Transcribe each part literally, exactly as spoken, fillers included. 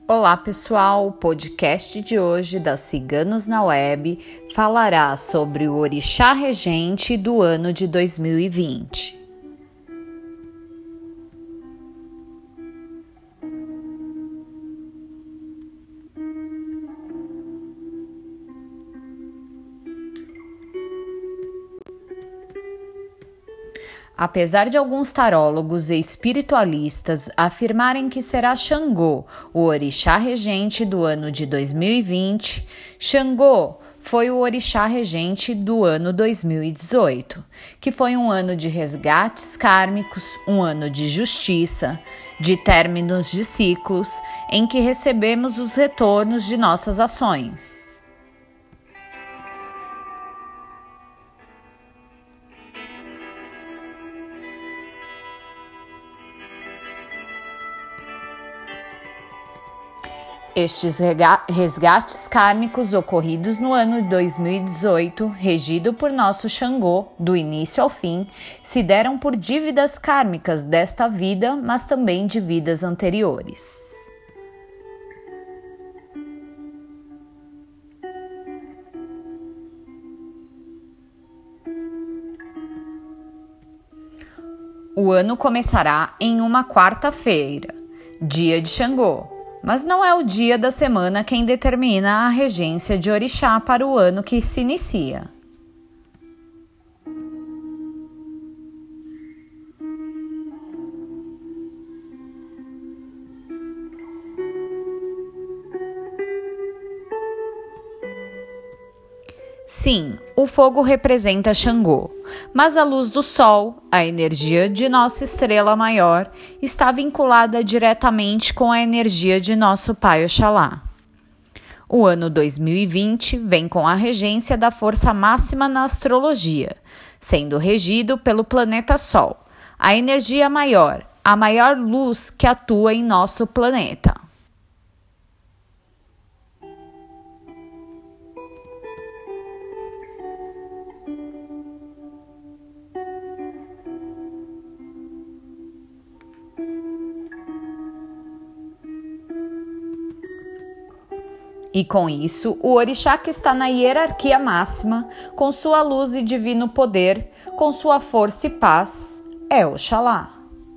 Olá pessoal, o podcast de hoje da Ciganos na Web falará sobre o orixá regente do ano de dois mil e vinte. Apesar de alguns tarólogos e espiritualistas afirmarem que será Xangô o orixá regente do ano de dois mil e vinte, Xangô foi o orixá regente do ano dois mil e dezoito, que foi um ano de resgates kármicos, um ano de justiça, de términos de ciclos, em que recebemos os retornos de nossas ações. Estes resgates kármicos ocorridos no ano de dois mil e dezoito, regido por nosso Xangô, do início ao fim, se deram por dívidas kármicas desta vida, mas também de vidas anteriores. O ano começará em uma quarta-feira, dia de Xangô. Mas não é o dia da semana quem determina a regência de orixá para o ano que se inicia. Sim, o fogo representa Xangô, mas a luz do sol, a energia de nossa estrela maior, está vinculada diretamente com a energia de nosso pai Oxalá. O ano dois mil e vinte vem com a regência da força máxima na astrologia, sendo regido pelo planeta Sol, a energia maior, a maior luz que atua em nosso planeta. E com isso, o orixá que está na hierarquia máxima, com sua luz e divino poder, com sua força e paz, é Oxalá.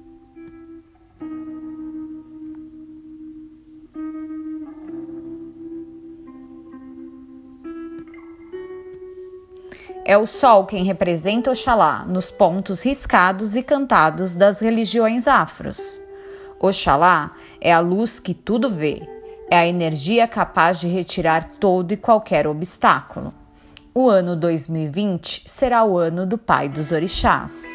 É o sol quem representa Oxalá nos pontos riscados e cantados das religiões afros. Oxalá é a luz que tudo vê. É a energia capaz de retirar todo e qualquer obstáculo. O ano dois mil e vinte será o ano do Pai dos Orixás.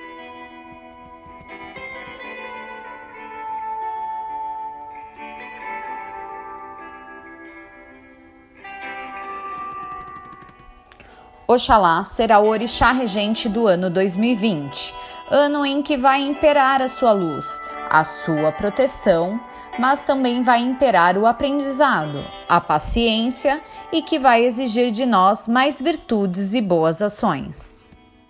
Oxalá será o orixá regente do ano dois mil e vinte, ano em que vai imperar a sua luz, a sua proteção, mas também vai imperar o aprendizado, a paciência e que vai exigir de nós mais virtudes e boas ações.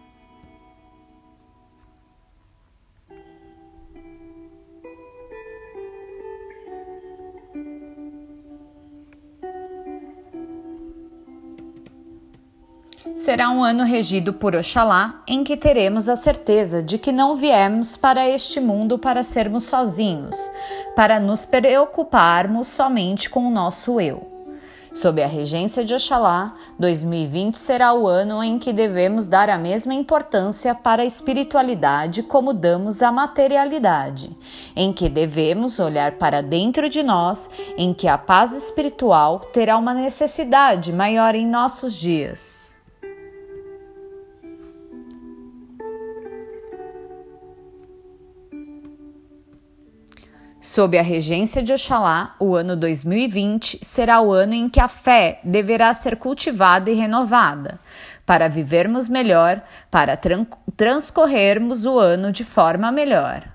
Será um ano regido por Oxalá, em que teremos a certeza de que não viemos para este mundo para sermos sozinhos, para nos preocuparmos somente com o nosso eu. Sob a regência de Oxalá, dois mil e vinte será o ano em que devemos dar a mesma importância para a espiritualidade como damos à materialidade, em que devemos olhar para dentro de nós, em que a paz espiritual terá uma necessidade maior em nossos dias. Sob a regência de Oxalá, o ano dois mil e vinte será o ano em que a fé deverá ser cultivada e renovada, para vivermos melhor, para tran- transcorrermos o ano de forma melhor.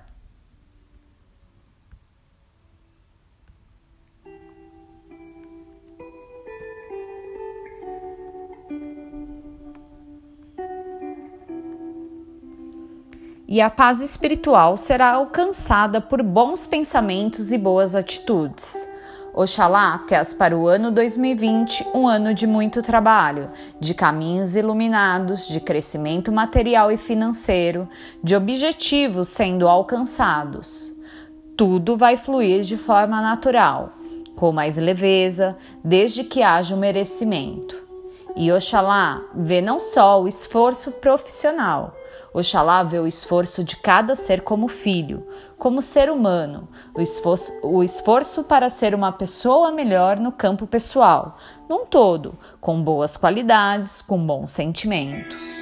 e a paz espiritual será alcançada por bons pensamentos e boas atitudes. Oxalá traz para o ano dois mil e vinte um ano de muito trabalho, de caminhos iluminados, de crescimento material e financeiro, de objetivos sendo alcançados. Tudo vai fluir de forma natural, com mais leveza, desde que haja o merecimento. E Oxalá vê não só o esforço profissional, Oxalá vê o esforço de cada ser como filho, como ser humano, o esforço, o esforço para ser uma pessoa melhor no campo pessoal, num todo, com boas qualidades, com bons sentimentos.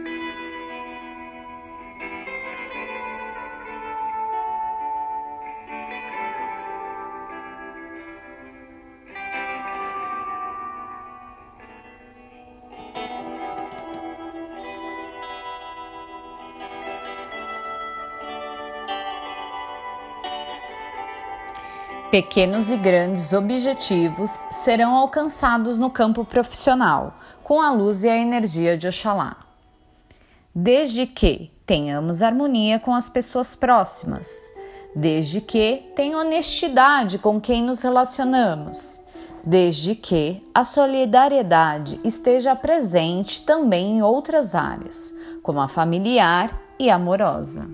Pequenos e grandes objetivos serão alcançados no campo profissional, com a luz e a energia de Oxalá. Desde que tenhamos harmonia com as pessoas próximas, desde que tenha honestidade com quem nos relacionamos, desde que a solidariedade esteja presente também em outras áreas, como a familiar e amorosa.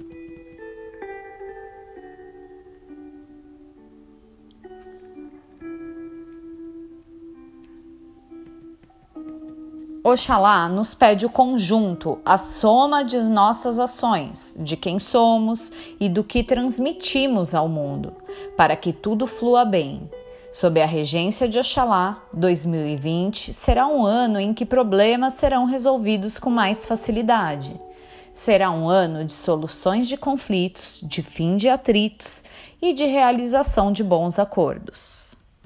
Oxalá nos pede o conjunto, a soma de nossas ações, de quem somos e do que transmitimos ao mundo, para que tudo flua bem. Sob a regência de Oxalá, dois mil e vinte será um ano em que problemas serão resolvidos com mais facilidade. Será um ano de soluções de conflitos, de fim de atritos e de realização de bons acordos.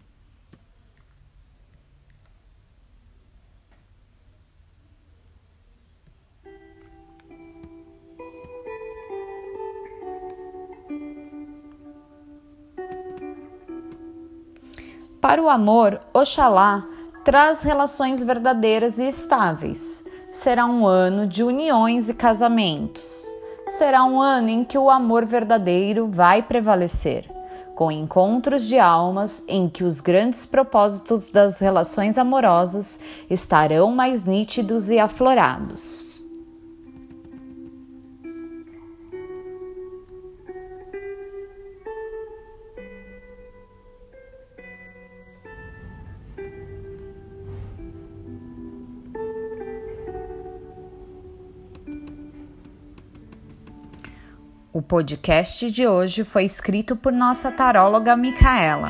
Para o amor, Oxalá traz relações verdadeiras e estáveis. Será um ano de uniões e casamentos. Será um ano em que o amor verdadeiro vai prevalecer, com encontros de almas em que os grandes propósitos das relações amorosas estarão mais nítidos e aflorados. O podcast de hoje foi escrito por nossa taróloga Micaela.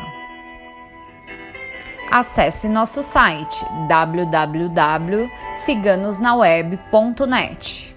Acesse nosso site w w w ponto ciganosnaweb ponto net.